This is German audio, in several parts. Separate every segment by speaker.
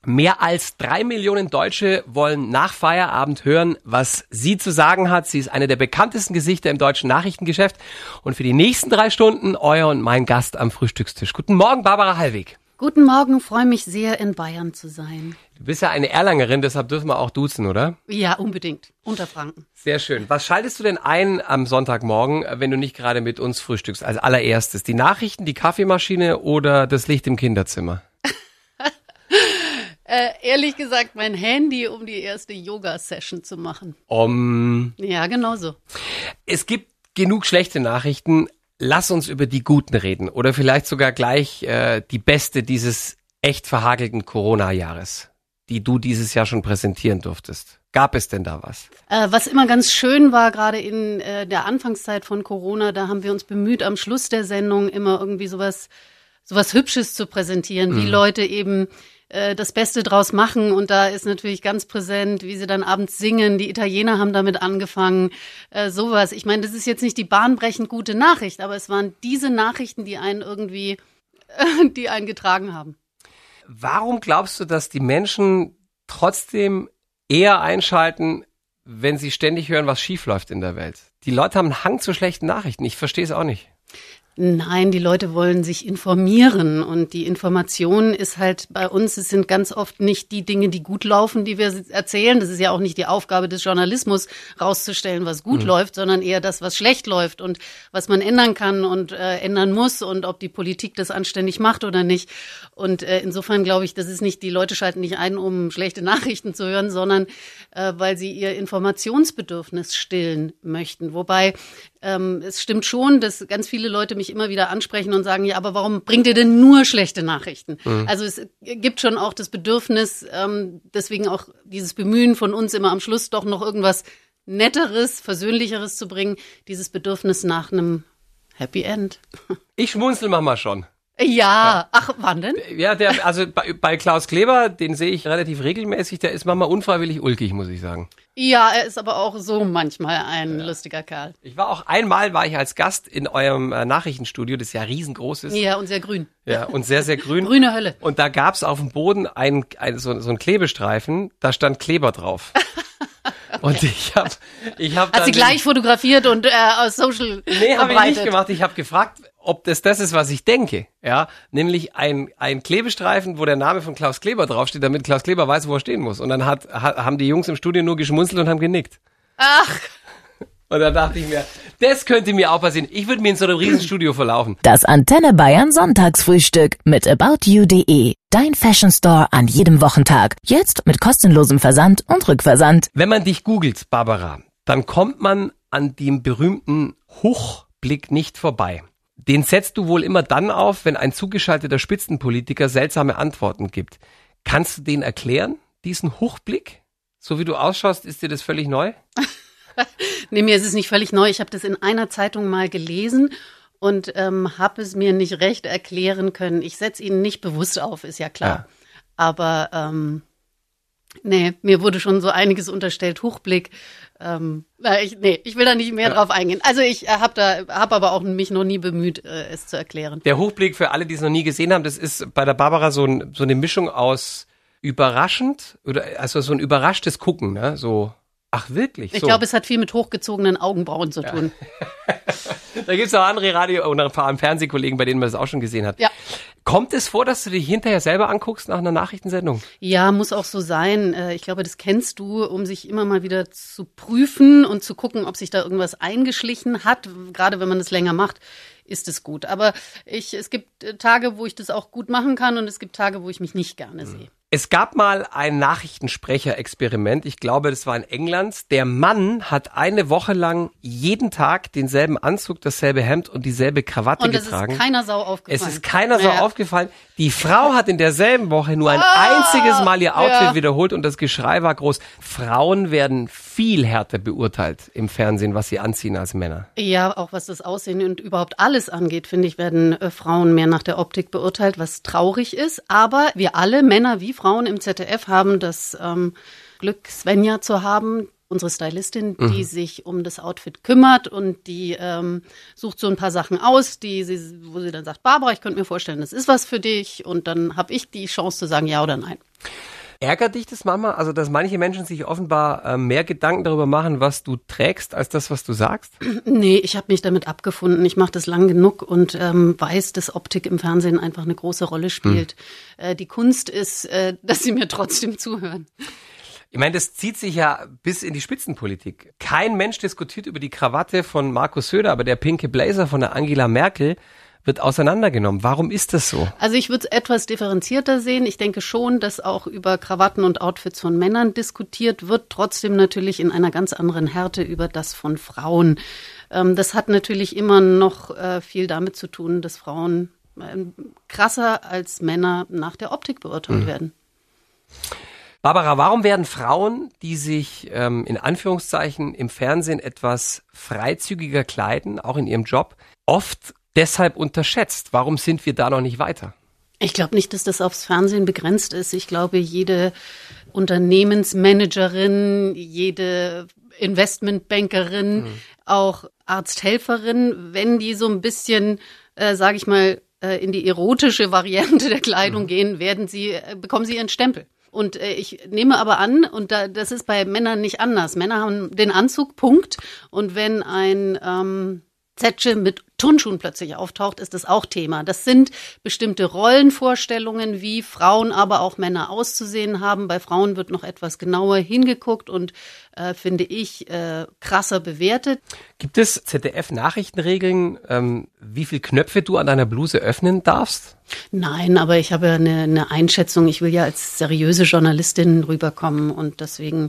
Speaker 1: Mehr als 3 Millionen Deutsche wollen nach Feierabend hören, was sie zu sagen hat. Sie ist eine der bekanntesten Gesichter im deutschen Nachrichtengeschäft. Und für die nächsten 3 Stunden euer und mein Gast am Frühstückstisch. Guten Morgen, Barbara Hallwig.
Speaker 2: Guten Morgen, freue mich sehr, in Bayern zu sein.
Speaker 1: Du bist ja eine Erlangerin, deshalb dürfen wir auch duzen, oder?
Speaker 2: Ja, unbedingt. Unterfranken.
Speaker 1: Sehr schön. Was schaltest du denn ein am Sonntagmorgen, wenn du nicht gerade mit uns frühstückst? Als allererstes die Nachrichten, die Kaffeemaschine oder das Licht im Kinderzimmer?
Speaker 2: Ehrlich gesagt, mein Handy, um die erste Yoga-Session zu machen.
Speaker 1: Ja,
Speaker 2: genau so.
Speaker 1: Es gibt genug schlechte Nachrichten. Lass uns über die guten reden. Oder vielleicht sogar gleich die beste dieses echt verhagelten Corona-Jahres, die du dieses Jahr schon präsentieren durftest. Gab es denn da was?
Speaker 2: Was immer ganz schön war, gerade in der Anfangszeit von Corona, da haben wir uns bemüht, am Schluss der Sendung immer irgendwie sowas Hübsches zu präsentieren, wie Leute eben das Beste draus machen. Und da ist natürlich ganz präsent, wie sie dann abends singen. Die Italiener haben damit angefangen, sowas. Ich meine, das ist jetzt nicht die bahnbrechend gute Nachricht, aber es waren diese Nachrichten, die einen irgendwie, die einen getragen haben.
Speaker 1: Warum glaubst du, dass die Menschen trotzdem eher einschalten, wenn sie ständig hören, was schief läuft in der Welt? Die Leute haben einen Hang zu schlechten Nachrichten. Ich verstehe es auch nicht.
Speaker 2: Nein, die Leute wollen sich informieren und die Information ist halt bei uns, es sind ganz oft nicht die Dinge, die gut laufen, die wir erzählen. Das ist ja auch nicht die Aufgabe des Journalismus, rauszustellen, was gut läuft, sondern eher das, was schlecht läuft und was man ändern kann und ändern muss und ob die Politik das anständig macht oder nicht. Und insofern glaube ich, das ist nicht, die Leute schalten nicht ein, um schlechte Nachrichten zu hören, sondern weil sie ihr Informationsbedürfnis stillen möchten. Wobei es stimmt schon, dass ganz viele Leute mich immer wieder ansprechen und sagen, ja, aber warum bringt ihr denn nur schlechte Nachrichten? Also es gibt schon auch das Bedürfnis, deswegen auch dieses Bemühen von uns immer am Schluss doch noch irgendwas Netteres, Versöhnlicheres zu bringen, dieses Bedürfnis nach einem Happy End.
Speaker 1: Ich schmunzel manchmal schon.
Speaker 2: Ja, ach, wann denn?
Speaker 1: Ja, also bei Klaus Kleber, den sehe ich relativ regelmäßig, der ist manchmal unfreiwillig ulkig, muss ich sagen.
Speaker 2: Ja, er ist aber auch so manchmal ein lustiger Kerl.
Speaker 1: Einmal war ich als Gast in eurem Nachrichtenstudio, das ja riesengroß ist.
Speaker 2: Ja, und sehr grün.
Speaker 1: Ja, und sehr, sehr grün.
Speaker 2: Grüne Hölle.
Speaker 1: Und da gab's auf dem Boden so einen Klebestreifen, da stand Kleber drauf. Okay. Und ich hab
Speaker 2: Hat sie gleich fotografiert und aus Social
Speaker 1: Nee, habe ich nicht gemacht. Ich habe gefragt, ob das ist, was ich denke. Ja, nämlich ein Klebestreifen, wo der Name von Klaus Kleber draufsteht, damit Klaus Kleber weiß, wo er stehen muss. Und dann haben die Jungs im Studio nur geschmunzelt und haben genickt.
Speaker 2: Ach.
Speaker 1: Und dann dachte ich mir, das könnte mir auch passieren. Ich würde mir in so einem Riesenstudio verlaufen.
Speaker 3: Das Antenne Bayern Sonntagsfrühstück mit aboutyou.de. Dein Fashion Store an jedem Wochentag. Jetzt mit kostenlosem Versand und Rückversand.
Speaker 1: Wenn man dich googelt, Barbara, dann kommt man an dem berühmten Hochblick nicht vorbei. Den setzt du wohl immer dann auf, wenn ein zugeschalteter Spitzenpolitiker seltsame Antworten gibt. Kannst du den erklären, diesen Hochblick? So wie du ausschaust, ist dir das völlig neu?
Speaker 2: Nee, mir ist es nicht völlig neu. Ich habe das in einer Zeitung mal gelesen und habe es mir nicht recht erklären können. Ich setze ihn nicht bewusst auf, ist ja klar. Ja. Aber nee, mir wurde schon so einiges unterstellt. Hochblick. Ich will da nicht mehr drauf eingehen. Also ich hab aber auch mich noch nie bemüht, es zu erklären.
Speaker 1: Der Hochblick, für alle, die es noch nie gesehen haben, das ist bei der Barbara so eine Mischung aus überraschend, also so ein überraschtes Gucken, ne? So, ach wirklich?
Speaker 2: Ich glaube, es hat viel mit hochgezogenen Augenbrauen zu tun.
Speaker 1: Ja. Da gibt's auch andere Radio- oder vor allem Fernsehkollegen, bei denen man das auch schon gesehen hat.
Speaker 2: Ja.
Speaker 1: Kommt es vor, dass du dich hinterher selber anguckst nach einer Nachrichtensendung?
Speaker 2: Ja, muss auch so sein. Ich glaube, das kennst du, um sich immer mal wieder zu prüfen und zu gucken, ob sich da irgendwas eingeschlichen hat. Gerade wenn man das länger macht, ist es gut. Aber es gibt Tage, wo ich das auch gut machen kann und es gibt Tage, wo ich mich nicht gerne sehe.
Speaker 1: Es gab mal ein Nachrichtensprecher-Experiment, ich glaube, das war in England. Der Mann hat eine Woche lang jeden Tag denselben Anzug, dasselbe Hemd und dieselbe Krawatte getragen.
Speaker 2: Und es ist keiner Sau aufgefallen.
Speaker 1: Es ist keiner Sau aufgefallen. Die Frau hat in derselben Woche nur ein einziges Mal ihr Outfit wiederholt und das Geschrei war groß. Frauen werden viel härter beurteilt im Fernsehen, was sie anziehen als Männer.
Speaker 2: Ja, auch was das Aussehen und überhaupt alles angeht, finde ich, werden Frauen mehr nach der Optik beurteilt, was traurig ist. Aber wir alle, Männer wie Frauen im ZDF, haben das Glück, Svenja zu haben, unsere Stylistin, die sich um das Outfit kümmert und die sucht so ein paar Sachen aus, wo sie dann sagt, Barbara, ich könnte mir vorstellen, das ist was für dich. Und dann habe ich die Chance zu sagen, ja oder nein.
Speaker 1: Ärgert dich das manchmal? Also, dass manche Menschen sich offenbar mehr Gedanken darüber machen, was du trägst, als das, was du sagst?
Speaker 2: Nee, ich habe mich damit abgefunden. Ich mache das lang genug und weiß, dass Optik im Fernsehen einfach eine große Rolle spielt. Die Kunst ist, dass sie mir trotzdem zuhören.
Speaker 1: Ich meine, das zieht sich ja bis in die Spitzenpolitik. Kein Mensch diskutiert über die Krawatte von Markus Söder, aber der pinke Blazer von der Angela Merkel wird auseinandergenommen. Warum ist das so?
Speaker 2: Also ich würde es etwas differenzierter sehen. Ich denke schon, dass auch über Krawatten und Outfits von Männern diskutiert wird, trotzdem natürlich in einer ganz anderen Härte über das von Frauen. Das hat natürlich immer noch viel damit zu tun, dass Frauen krasser als Männer nach der Optik beurteilt werden.
Speaker 1: Barbara, warum werden Frauen, die sich in Anführungszeichen im Fernsehen etwas freizügiger kleiden, auch in ihrem Job, oft deshalb unterschätzt? Warum sind wir da noch nicht weiter?
Speaker 2: Ich glaube nicht, dass das aufs Fernsehen begrenzt ist. Ich glaube, jede Unternehmensmanagerin, jede Investmentbankerin, auch Arzthelferin, wenn die so ein bisschen, sage ich mal, in die erotische Variante der Kleidung gehen, bekommen sie ihren Stempel. Und ich nehme aber an, und das ist bei Männern nicht anders. Männer haben den Anzug, Punkt. Und wenn ein Zetsche mit Turnschuhen plötzlich auftaucht, ist das auch Thema. Das sind bestimmte Rollenvorstellungen, wie Frauen, aber auch Männer auszusehen haben. Bei Frauen wird noch etwas genauer hingeguckt und, finde ich, krasser bewertet.
Speaker 1: Gibt es ZDF-Nachrichtenregeln, wie viel Knöpfe du an deiner Bluse öffnen darfst?
Speaker 2: Nein, aber ich habe ja eine Einschätzung. Ich will ja als seriöse Journalistin rüberkommen und deswegen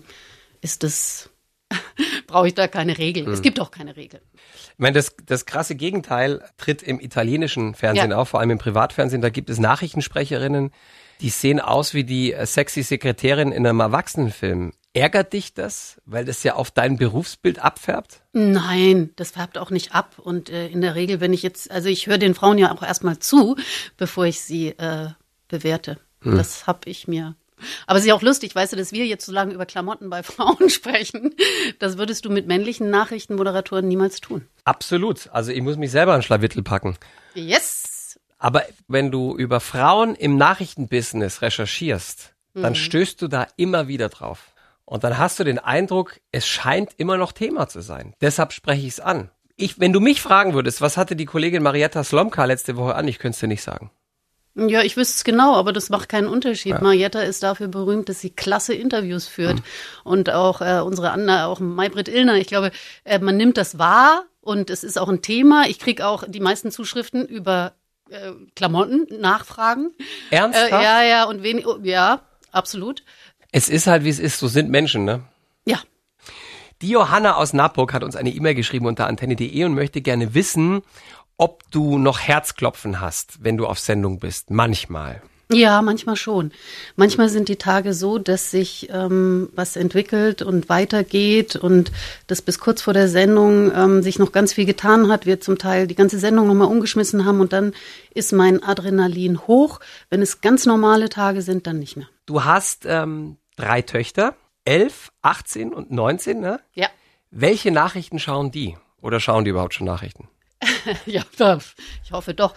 Speaker 2: brauche ich da keine Regeln. Es gibt auch keine Regeln.
Speaker 1: Ich meine, das krasse Gegenteil tritt im italienischen Fernsehen auf, vor allem im Privatfernsehen. Da gibt es Nachrichtensprecherinnen, die sehen aus wie die sexy Sekretärin in einem Erwachsenenfilm. Ärgert dich das, weil das ja auf dein Berufsbild abfärbt?
Speaker 2: Nein, das färbt auch nicht ab. Und in der Regel, ich höre den Frauen ja auch erstmal zu, bevor ich sie bewerte. Das habe ich mir. Aber es ist ja auch lustig, weißt du, dass wir jetzt so lange über Klamotten bei Frauen sprechen. Das würdest du mit männlichen Nachrichtenmoderatoren niemals tun.
Speaker 1: Absolut. Also ich muss mich selber an Schlawittel packen.
Speaker 2: Yes!
Speaker 1: Aber wenn du über Frauen im Nachrichtenbusiness recherchierst, dann stößt du da immer wieder drauf. Und dann hast du den Eindruck, es scheint immer noch Thema zu sein. Deshalb spreche ich es an. Wenn du mich fragen würdest, was hatte die Kollegin Marietta Slomka letzte Woche an, ich könnte es dir nicht sagen.
Speaker 2: Ja, ich wüsste es genau, aber das macht keinen Unterschied. Ja. Marietta ist dafür berühmt, dass sie klasse Interviews führt. Und auch unsere Anna, auch Maybrit Illner. Ich glaube, man nimmt das wahr und es ist auch ein Thema. Ich kriege auch die meisten Zuschriften über Klamotten, Nachfragen.
Speaker 1: Ernsthaft?
Speaker 2: Ja, und ja, absolut.
Speaker 1: Es ist halt, wie es ist. So sind Menschen, ne?
Speaker 2: Ja.
Speaker 1: Die Johanna aus Nappburg hat uns eine E-Mail geschrieben unter antenne.de und möchte gerne wissen, ob du noch Herzklopfen hast, wenn du auf Sendung bist. Manchmal.
Speaker 2: Ja, manchmal schon. Manchmal sind die Tage so, dass sich was entwickelt und weitergeht und dass bis kurz vor der Sendung sich noch ganz viel getan hat. Wir zum Teil die ganze Sendung nochmal umgeschmissen haben und dann ist mein Adrenalin hoch. Wenn es ganz normale Tage sind, dann nicht mehr.
Speaker 1: Du hast 3 Töchter, 11, 18 und 19, ne?
Speaker 2: Ja.
Speaker 1: Welche Nachrichten schauen die? Oder schauen die überhaupt schon Nachrichten?
Speaker 2: Ja, ich hoffe doch.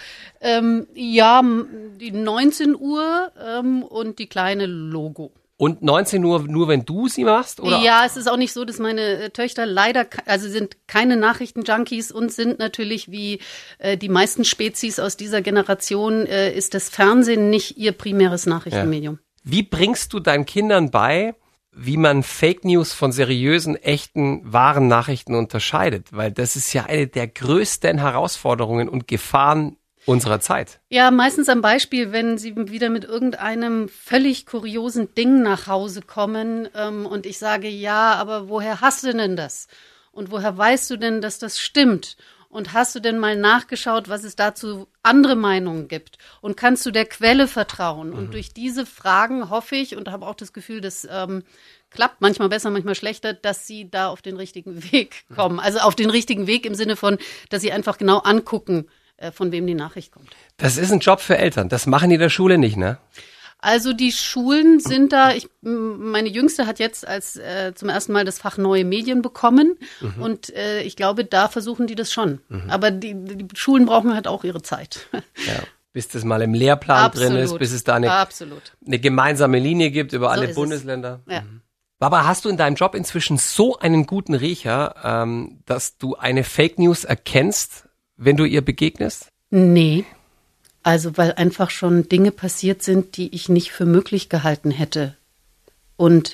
Speaker 2: Die 19 Uhr und die kleine Logo.
Speaker 1: Und 19 Uhr nur, wenn du sie machst? Oder?
Speaker 2: Ja, es ist auch nicht so, dass meine Töchter sind keine Nachrichtenjunkies und sind natürlich wie die meisten Spezies aus dieser Generation, ist das Fernsehen nicht ihr primäres Nachrichtenmedium.
Speaker 1: Ja. Wie bringst du deinen Kindern bei, wie man Fake News von seriösen, echten, wahren Nachrichten unterscheidet? Weil das ist ja eine der größten Herausforderungen und Gefahren unserer Zeit.
Speaker 2: Ja, meistens am Beispiel, wenn sie wieder mit irgendeinem völlig kuriosen Ding nach Hause kommen und ich sage, ja, aber woher hast du denn das? Und woher weißt du denn, dass das stimmt? Und hast du denn mal nachgeschaut, was es dazu andere Meinungen gibt? Und kannst du der Quelle vertrauen? Und durch diese Fragen hoffe ich und habe auch das Gefühl, das klappt manchmal besser, manchmal schlechter, dass sie da auf den richtigen Weg kommen. Also auf den richtigen Weg im Sinne von, dass sie einfach genau angucken, von wem die Nachricht kommt.
Speaker 1: Das ist ein Job für Eltern. Das machen die in der Schule nicht, ne?
Speaker 2: Also die Schulen sind da, meine Jüngste hat jetzt zum ersten Mal das Fach Neue Medien bekommen und ich glaube, da versuchen die das schon. Aber die Schulen brauchen halt auch ihre Zeit.
Speaker 1: Ja. bis das mal im Lehrplan drin ist, bis es da eine gemeinsame Linie gibt über alle Bundesländer.
Speaker 2: Ja.
Speaker 1: Barbara, hast du in deinem Job inzwischen so einen guten Riecher, dass du eine Fake News erkennst, wenn du ihr begegnest?
Speaker 2: Nee, also weil einfach schon Dinge passiert sind, die ich nicht für möglich gehalten hätte. Und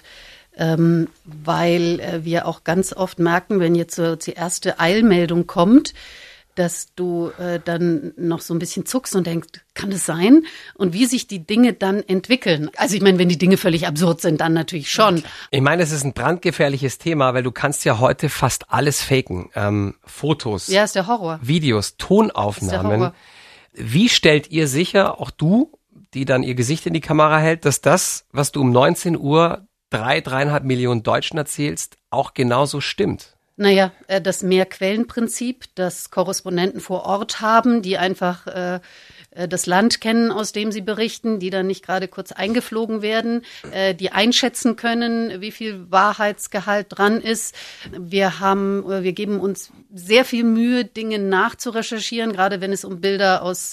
Speaker 2: weil wir auch ganz oft merken, wenn jetzt so die erste Eilmeldung kommt, dass du dann noch so ein bisschen zuckst und denkst, kann das sein? Und wie sich die Dinge dann entwickeln. Also ich meine, wenn die Dinge völlig absurd sind, dann natürlich schon.
Speaker 1: Ich meine, es ist ein brandgefährliches Thema, weil du kannst ja heute fast alles faken. Fotos,
Speaker 2: ja, ist der Horror.
Speaker 1: Videos, Tonaufnahmen.
Speaker 2: Ist der Horror.
Speaker 1: Wie stellt ihr sicher, auch du, die dann ihr Gesicht in die Kamera hält, dass das, was du um 19 Uhr 3,5 Millionen Deutschen erzählst, auch genauso stimmt?
Speaker 2: Naja, das Mehrquellenprinzip, das Korrespondenten vor Ort haben, die einfach das Land kennen, aus dem sie berichten, die dann nicht gerade kurz eingeflogen werden, die einschätzen können, wie viel Wahrheitsgehalt dran ist. Wir geben uns sehr viel Mühe, Dinge nachzurecherchieren, gerade wenn es um Bilder aus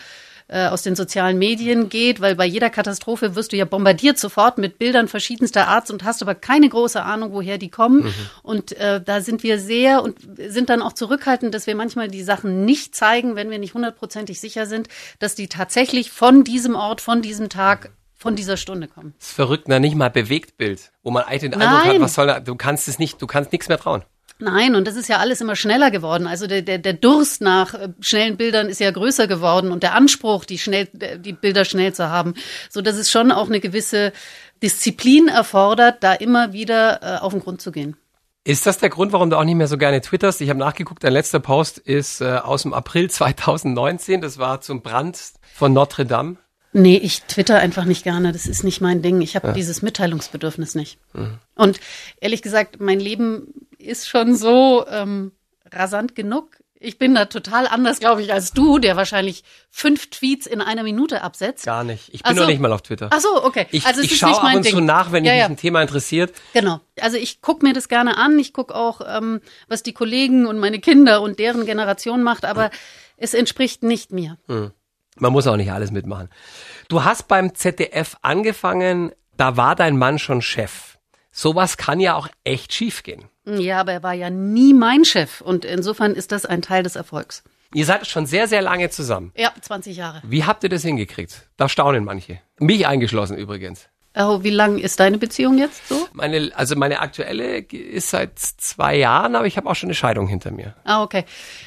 Speaker 2: den sozialen Medien geht, weil bei jeder Katastrophe wirst du ja bombardiert sofort mit Bildern verschiedenster Art und hast aber keine große Ahnung, woher die kommen. Mhm. Und da sind wir sind dann auch zurückhaltend, dass wir manchmal die Sachen nicht zeigen, wenn wir nicht 100%ig sicher sind, dass die tatsächlich von diesem Ort, von diesem Tag, von dieser Stunde kommen.
Speaker 1: Das ist verrückt, nicht mal Bewegtbild, wo man eigentlich den Eindruck hat, was soll da, du kannst nichts mehr trauen.
Speaker 2: Nein, und das ist ja alles immer schneller geworden. Also der Durst nach schnellen Bildern ist ja größer geworden und der Anspruch, die Bilder schnell zu haben, so dass es schon auch eine gewisse Disziplin erfordert, da immer wieder auf den Grund zu gehen.
Speaker 1: Ist das der Grund, warum du auch nicht mehr so gerne twitterst? Ich habe nachgeguckt, dein letzter Post ist aus dem April 2019. Das war zum Brand von Notre Dame.
Speaker 2: Nee, ich twitter einfach nicht gerne. Das ist nicht mein Ding. Ich habe dieses Mitteilungsbedürfnis nicht. Mhm. Und ehrlich gesagt, mein Leben ist schon so rasant genug. Ich bin da total anders, glaube ich, als du, der wahrscheinlich 5 Tweets in einer Minute absetzt.
Speaker 1: Gar nicht. Ich bin noch nicht mal auf Twitter.
Speaker 2: Ach so, okay.
Speaker 1: Ich schaue ab und zu nach, wenn mich ein Thema interessiert.
Speaker 2: Genau. Also ich gucke mir das gerne an. Ich gucke auch, was die Kollegen und meine Kinder und deren Generation macht. Aber es entspricht nicht mir.
Speaker 1: Man muss auch nicht alles mitmachen. Du hast beim ZDF angefangen, da war dein Mann schon Chef. Sowas kann ja auch echt schief gehen.
Speaker 2: Ja, aber er war ja nie mein Chef und insofern ist das ein Teil des Erfolgs.
Speaker 1: Ihr seid schon sehr, sehr lange zusammen.
Speaker 2: Ja, 20 Jahre.
Speaker 1: Wie habt ihr das hingekriegt? Da staunen manche. Mich eingeschlossen übrigens.
Speaker 2: Oh, wie lang ist deine Beziehung jetzt so?
Speaker 1: Meine aktuelle ist seit 2 Jahren, aber ich habe auch schon eine Scheidung hinter mir.
Speaker 2: Ah, okay.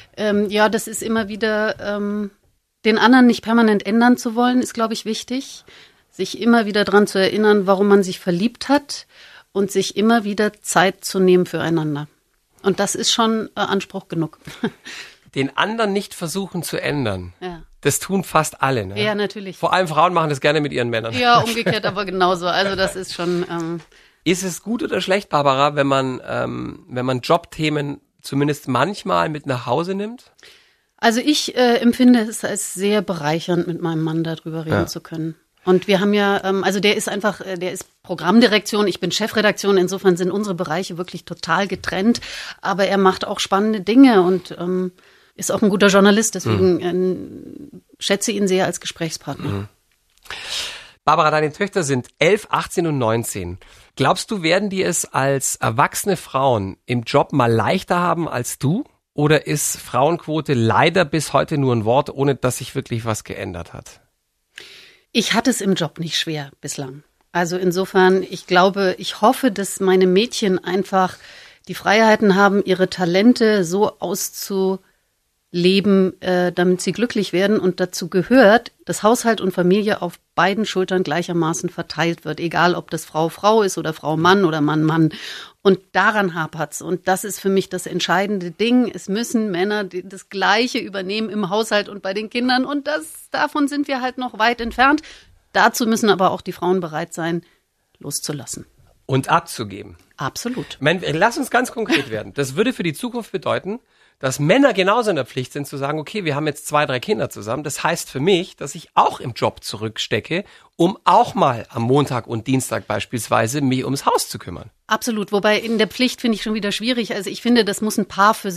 Speaker 2: Ja, das ist immer wieder, den anderen nicht permanent ändern zu wollen, ist, glaube ich, wichtig. Sich immer wieder dran zu erinnern, warum man sich verliebt hat. Und sich immer wieder Zeit zu nehmen füreinander. Und das ist schon Anspruch genug.
Speaker 1: Den anderen nicht versuchen zu ändern.
Speaker 2: Ja.
Speaker 1: Das tun fast alle, ne?
Speaker 2: Ja, natürlich.
Speaker 1: Vor allem Frauen machen das gerne mit ihren Männern.
Speaker 2: Ja, umgekehrt aber genauso. Also das ist schon...
Speaker 1: Ist es gut oder schlecht, Barbara, wenn man Jobthemen zumindest manchmal mit nach Hause nimmt?
Speaker 2: Also ich empfinde es als sehr bereichernd, mit meinem Mann darüber reden zu können. Und wir haben ja, also der ist Programmdirektion, ich bin Chefredaktion, insofern sind unsere Bereiche wirklich total getrennt, aber er macht auch spannende Dinge und ist auch ein guter Journalist, deswegen schätze ihn sehr als Gesprächspartner.
Speaker 1: Mhm. Barbara, deine Töchter sind 11, 18 und 19. Glaubst du, werden die es als erwachsene Frauen im Job mal leichter haben als du? Oder ist Frauenquote leider bis heute nur ein Wort, ohne dass sich wirklich was geändert hat?
Speaker 2: Ich hatte es im Job nicht schwer bislang. Also insofern, ich hoffe, dass meine Mädchen einfach die Freiheiten haben, ihre Talente so auszuleben, damit sie glücklich werden. Und dazu gehört, dass Haushalt und Familie auf beiden Schultern gleichermaßen verteilt wird. Egal, ob das Frau ist oder Frau Mann oder Mann. Und daran hapert's. Und das ist für mich das entscheidende Ding. Es müssen Männer das Gleiche übernehmen im Haushalt und bei den Kindern. Und davon sind wir halt noch weit entfernt. Dazu müssen aber auch die Frauen bereit sein, loszulassen.
Speaker 1: Und abzugeben.
Speaker 2: Absolut.
Speaker 1: Lass uns ganz konkret werden. Das würde für die Zukunft bedeuten, dass Männer genauso in der Pflicht sind zu sagen, okay, wir haben jetzt 2, 3 Kinder zusammen. Das heißt für mich, dass ich auch im Job zurückstecke, um auch mal am Montag und Dienstag beispielsweise mich ums Haus zu kümmern.
Speaker 2: Absolut. Wobei in der Pflicht finde ich schon wieder schwierig. Also ich finde, das muss ein Paar für sich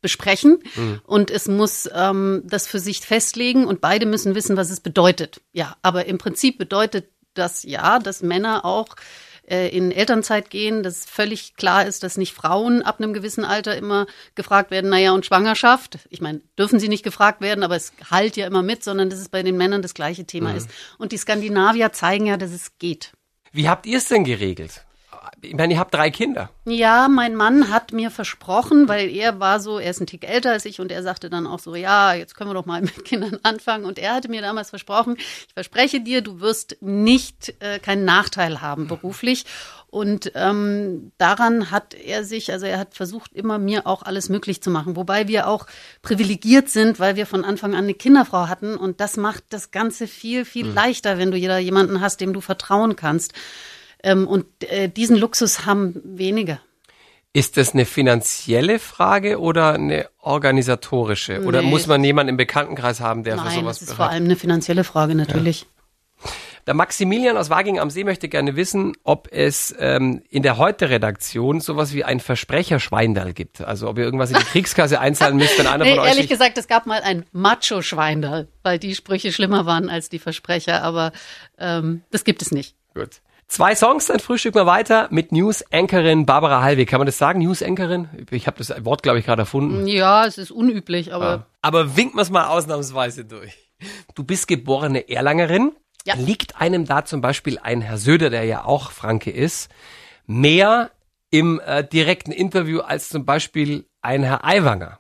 Speaker 2: besprechen und es muss das für sich festlegen und beide müssen wissen, was es bedeutet. Ja, aber im Prinzip bedeutet das ja, dass Männer auch in Elternzeit gehen, dass völlig klar ist, dass nicht Frauen ab einem gewissen Alter immer gefragt werden, naja, und Schwangerschaft? Ich meine, dürfen sie nicht gefragt werden, aber es hallt ja immer mit, sondern dass es bei den Männern das gleiche Thema ist. Und die Skandinavier zeigen ja, dass es geht.
Speaker 1: Wie habt ihr es denn geregelt? Ich meine, ihr habt 3 Kinder.
Speaker 2: Ja, mein Mann hat mir versprochen, weil er ist ein Tick älter als ich und er sagte dann auch so, ja, jetzt können wir doch mal mit Kindern anfangen. Und er hatte mir damals versprochen, ich verspreche dir, du wirst keinen Nachteil haben beruflich. Und daran hat er hat versucht, immer mir auch alles möglich zu machen. Wobei wir auch privilegiert sind, weil wir von Anfang an eine Kinderfrau hatten. Und das macht das Ganze viel, viel leichter, wenn du jemanden hast, dem du vertrauen kannst. Und diesen Luxus haben wenige.
Speaker 1: Ist das eine finanzielle Frage oder eine organisatorische? Nee. Oder muss man jemanden im Bekanntenkreis haben, der für sowas bereit?
Speaker 2: Nein, das ist vor allem eine finanzielle Frage, natürlich.
Speaker 1: Ja. Der Maximilian aus Waging am See möchte gerne wissen, ob es in der Heute-Redaktion sowas wie ein Versprecherschweinderl gibt. Also ob ihr irgendwas in die Kriegskasse einzahlen müsst, wenn einer von euch...
Speaker 2: Ehrlich gesagt, es gab mal ein Macho-Schweinderl, weil die Sprüche schlimmer waren als die Versprecher, aber das gibt es nicht.
Speaker 1: Gut. 2 Songs, dann frühstück mal weiter mit News-Anchorin Barbara Hallweg. Kann man das sagen, News-Anchorin? Ich habe das Wort, glaube ich, gerade erfunden.
Speaker 2: Ja, es ist unüblich, aber...
Speaker 1: Ja. Aber winken wir es mal ausnahmsweise durch. Du bist geborene Erlangerin. Ja. Liegt einem da zum Beispiel ein Herr Söder, der ja auch Franke ist, mehr im direkten Interview als zum Beispiel ein Herr Aiwanger?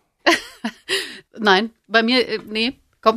Speaker 2: Nein, bei mir, nee.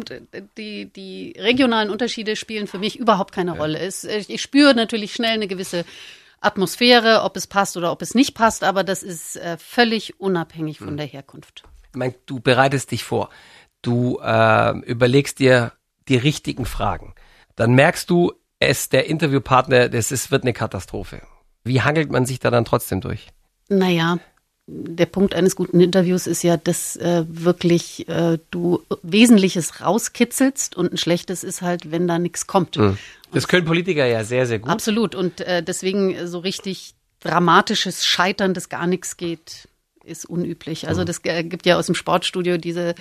Speaker 2: Die regionalen Unterschiede spielen für mich überhaupt keine Rolle. Ich spüre natürlich schnell eine gewisse Atmosphäre, ob es passt oder ob es nicht passt, aber das ist völlig unabhängig von der Herkunft.
Speaker 1: Ich meine, du bereitest dich vor, du überlegst dir die richtigen Fragen. Dann merkst du, der Interviewpartner, wird eine Katastrophe. Wie hangelt man sich da dann trotzdem durch?
Speaker 2: Naja, der Punkt eines guten Interviews ist ja, dass wirklich du Wesentliches rauskitzelst und ein schlechtes ist halt, wenn da nichts kommt.
Speaker 1: Das können Politiker ja sehr, sehr gut.
Speaker 2: Absolut und deswegen so richtig dramatisches Scheitern, das gar nichts geht, ist unüblich. Also das gibt ja aus dem Sportstudio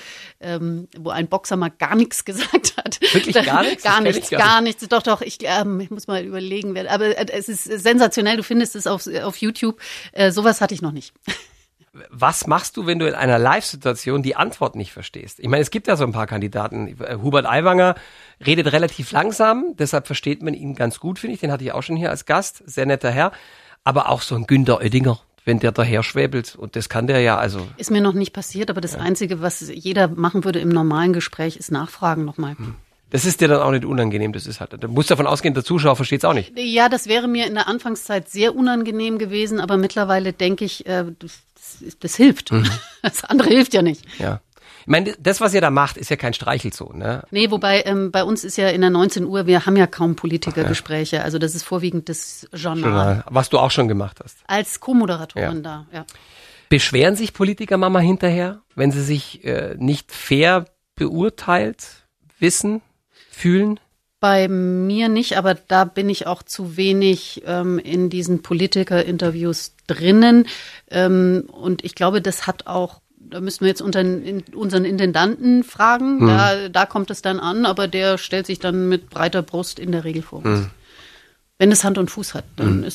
Speaker 2: wo ein Boxer mal gar nichts gesagt hat.
Speaker 1: Wirklich gar nichts?
Speaker 2: Gar nichts. Doch, ich muss mal überlegen. Aber es ist sensationell, du findest es auf YouTube. Sowas hatte ich noch nicht.
Speaker 1: Was machst du, wenn du in einer Live-Situation die Antwort nicht verstehst? Ich meine, es gibt ja so ein paar Kandidaten. Hubert Aiwanger redet relativ langsam, deshalb versteht man ihn ganz gut, finde ich. Den hatte ich auch schon hier als Gast, sehr netter Herr. Aber auch so ein Günter Oettinger, wenn der daher schwäbelt. Und das kann der ja, also...
Speaker 2: Ist mir noch nicht passiert, aber das Einzige, was jeder machen würde im normalen Gespräch, ist nachfragen nochmal.
Speaker 1: Das ist dir dann auch nicht unangenehm, das ist halt, du musst davon ausgehen, der Zuschauer versteht es auch nicht.
Speaker 2: Ja, das wäre mir in der Anfangszeit sehr unangenehm gewesen, aber mittlerweile denke ich, das hilft. Das andere hilft ja nicht.
Speaker 1: Ja. Ich meine, das, was ihr da macht, ist ja kein Streichelzoo, ne?
Speaker 2: Nee, wobei bei uns ist ja in der 19 Uhr, wir haben ja kaum Politikergespräche, also das ist vorwiegend das Journal.
Speaker 1: Was du auch schon gemacht hast.
Speaker 2: Als Co-Moderatorin da, ja.
Speaker 1: Beschweren sich Politiker manchmal hinterher, wenn sie sich nicht fair beurteilt wissen, fühlen?
Speaker 2: Bei mir nicht, aber da bin ich auch zu wenig in diesen Politiker-Interviews drinnen. Und ich glaube, das hat auch, da müssen wir jetzt unseren Intendanten fragen, da kommt es dann an, aber der stellt sich dann mit breiter Brust in der Regel vor uns. Wenn es Hand und Fuß hat, dann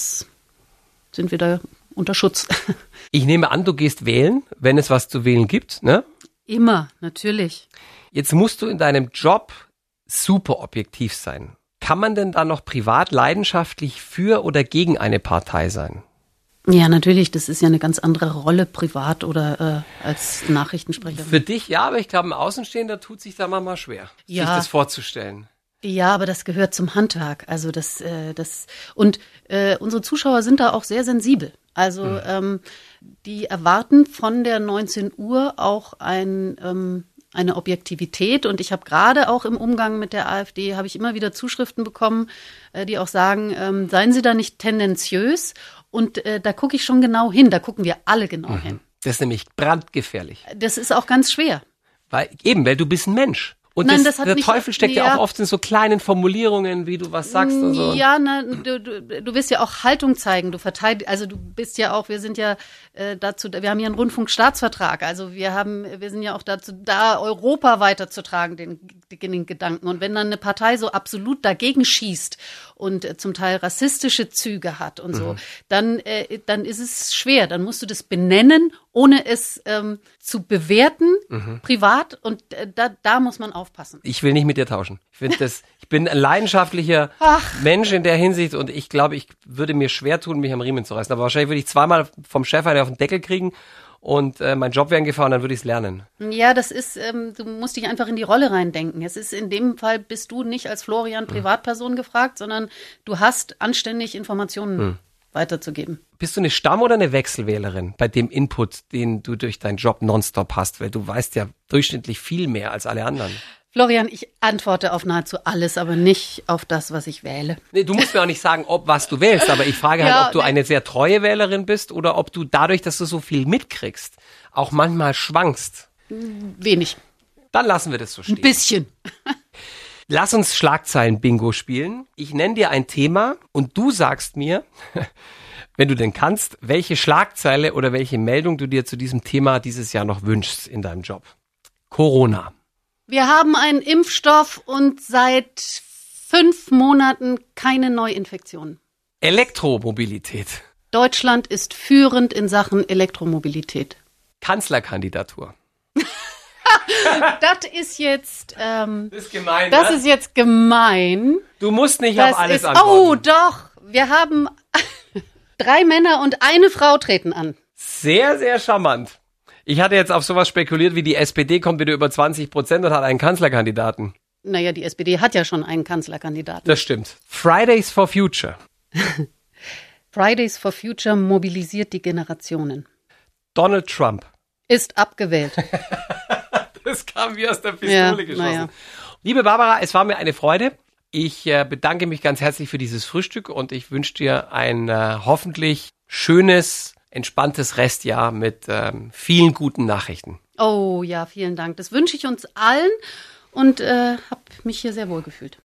Speaker 2: sind wir da unter Schutz.
Speaker 1: Ich nehme an, du gehst wählen, wenn es was zu wählen gibt, ne?
Speaker 2: Immer, natürlich.
Speaker 1: Jetzt musst du in deinem Job super objektiv sein. Kann man denn da noch privat leidenschaftlich für oder gegen eine Partei sein?
Speaker 2: Ja, natürlich. Das ist ja eine ganz andere Rolle, privat oder als Nachrichtensprecher.
Speaker 1: Für dich ja, aber ich glaube, ein Außenstehender tut sich da manchmal schwer, sich das vorzustellen.
Speaker 2: Ja, aber das gehört zum Handwerk. Also unsere Zuschauer sind da auch sehr sensibel. Also die erwarten von der 19 Uhr auch eine Objektivität. Und ich habe gerade auch im Umgang mit der AfD, habe ich immer wieder Zuschriften bekommen, die auch sagen, seien Sie da nicht tendenziös. Und da gucke ich schon genau hin, da gucken wir alle genau hin.
Speaker 1: Das ist nämlich brandgefährlich.
Speaker 2: Das ist auch ganz schwer.
Speaker 1: Weil du bist ein Mensch. Und
Speaker 2: Nein,
Speaker 1: der Teufel steckt ja auch oft in so kleinen Formulierungen, wie du was sagst und so.
Speaker 2: Ja, du willst ja auch Haltung zeigen. Du verteidigst, also du bist ja auch, wir sind ja wir haben ja einen Rundfunkstaatsvertrag. Also wir sind ja auch dazu da, Europa weiterzutragen, den Gedanken. Und wenn dann eine Partei so absolut dagegen schießt und zum Teil rassistische Züge hat und so, dann ist es schwer. Dann musst du das benennen, ohne es zu bewerten, privat. Und da muss man aufpassen.
Speaker 1: Ich will nicht mit dir tauschen. Ich bin ein leidenschaftlicher Mensch in der Hinsicht und ich glaube, ich würde mir schwer tun, mich am Riemen zu reißen. Aber wahrscheinlich würde ich zweimal vom Chef einen auf den Deckel kriegen und mein Job wäre gefahren, dann würde ich es lernen.
Speaker 2: Ja, das ist, du musst dich einfach in die Rolle reindenken. Es ist in dem Fall, bist du nicht als Florian Privatperson gefragt, sondern du hast anständig Informationen weiterzugeben.
Speaker 1: Bist du eine Stamm- oder eine Wechselwählerin bei dem Input, den du durch deinen Job nonstop hast? Weil du weißt ja durchschnittlich viel mehr als alle anderen.
Speaker 2: Florian, ich antworte auf nahezu alles, aber nicht auf das, was ich wähle.
Speaker 1: Nee, du musst mir auch nicht sagen, was du wählst, aber ich frage halt, ob du eine sehr treue Wählerin bist oder ob du dadurch, dass du so viel mitkriegst, auch manchmal schwankst.
Speaker 2: Wenig.
Speaker 1: Dann lassen wir das so stehen.
Speaker 2: Ein bisschen.
Speaker 1: Lass uns Schlagzeilen-Bingo spielen. Ich nenne dir ein Thema und du sagst mir, wenn du denn kannst, welche Schlagzeile oder welche Meldung du dir zu diesem Thema dieses Jahr noch wünschst in deinem Job. Corona.
Speaker 2: Wir haben einen Impfstoff und seit 5 Monaten keine Neuinfektionen.
Speaker 1: Elektromobilität.
Speaker 2: Deutschland ist führend in Sachen Elektromobilität.
Speaker 1: Kanzlerkandidatur.
Speaker 2: Das ist jetzt,
Speaker 1: das ist gemein.
Speaker 2: Das ist jetzt gemein.
Speaker 1: Du musst nicht auf alles antworten.
Speaker 2: Oh, doch. Wir haben 3 Männer und eine Frau treten an.
Speaker 1: Sehr, sehr charmant. Ich hatte jetzt auf sowas spekuliert, wie die SPD kommt wieder über 20% und hat einen Kanzlerkandidaten.
Speaker 2: Naja, die SPD hat ja schon einen Kanzlerkandidaten.
Speaker 1: Das stimmt. Fridays for Future.
Speaker 2: Fridays for Future mobilisiert die Generationen.
Speaker 1: Donald Trump.
Speaker 2: Ist abgewählt.
Speaker 1: Das kam wie aus der Pistole geschossen. Ja. Liebe Barbara, es war mir eine Freude. Ich bedanke mich ganz herzlich für dieses Frühstück und ich wünsche dir ein hoffentlich schönes, entspanntes Restjahr mit vielen guten Nachrichten.
Speaker 2: Oh ja, vielen Dank. Das wünsche ich uns allen und habe mich hier sehr wohl gefühlt.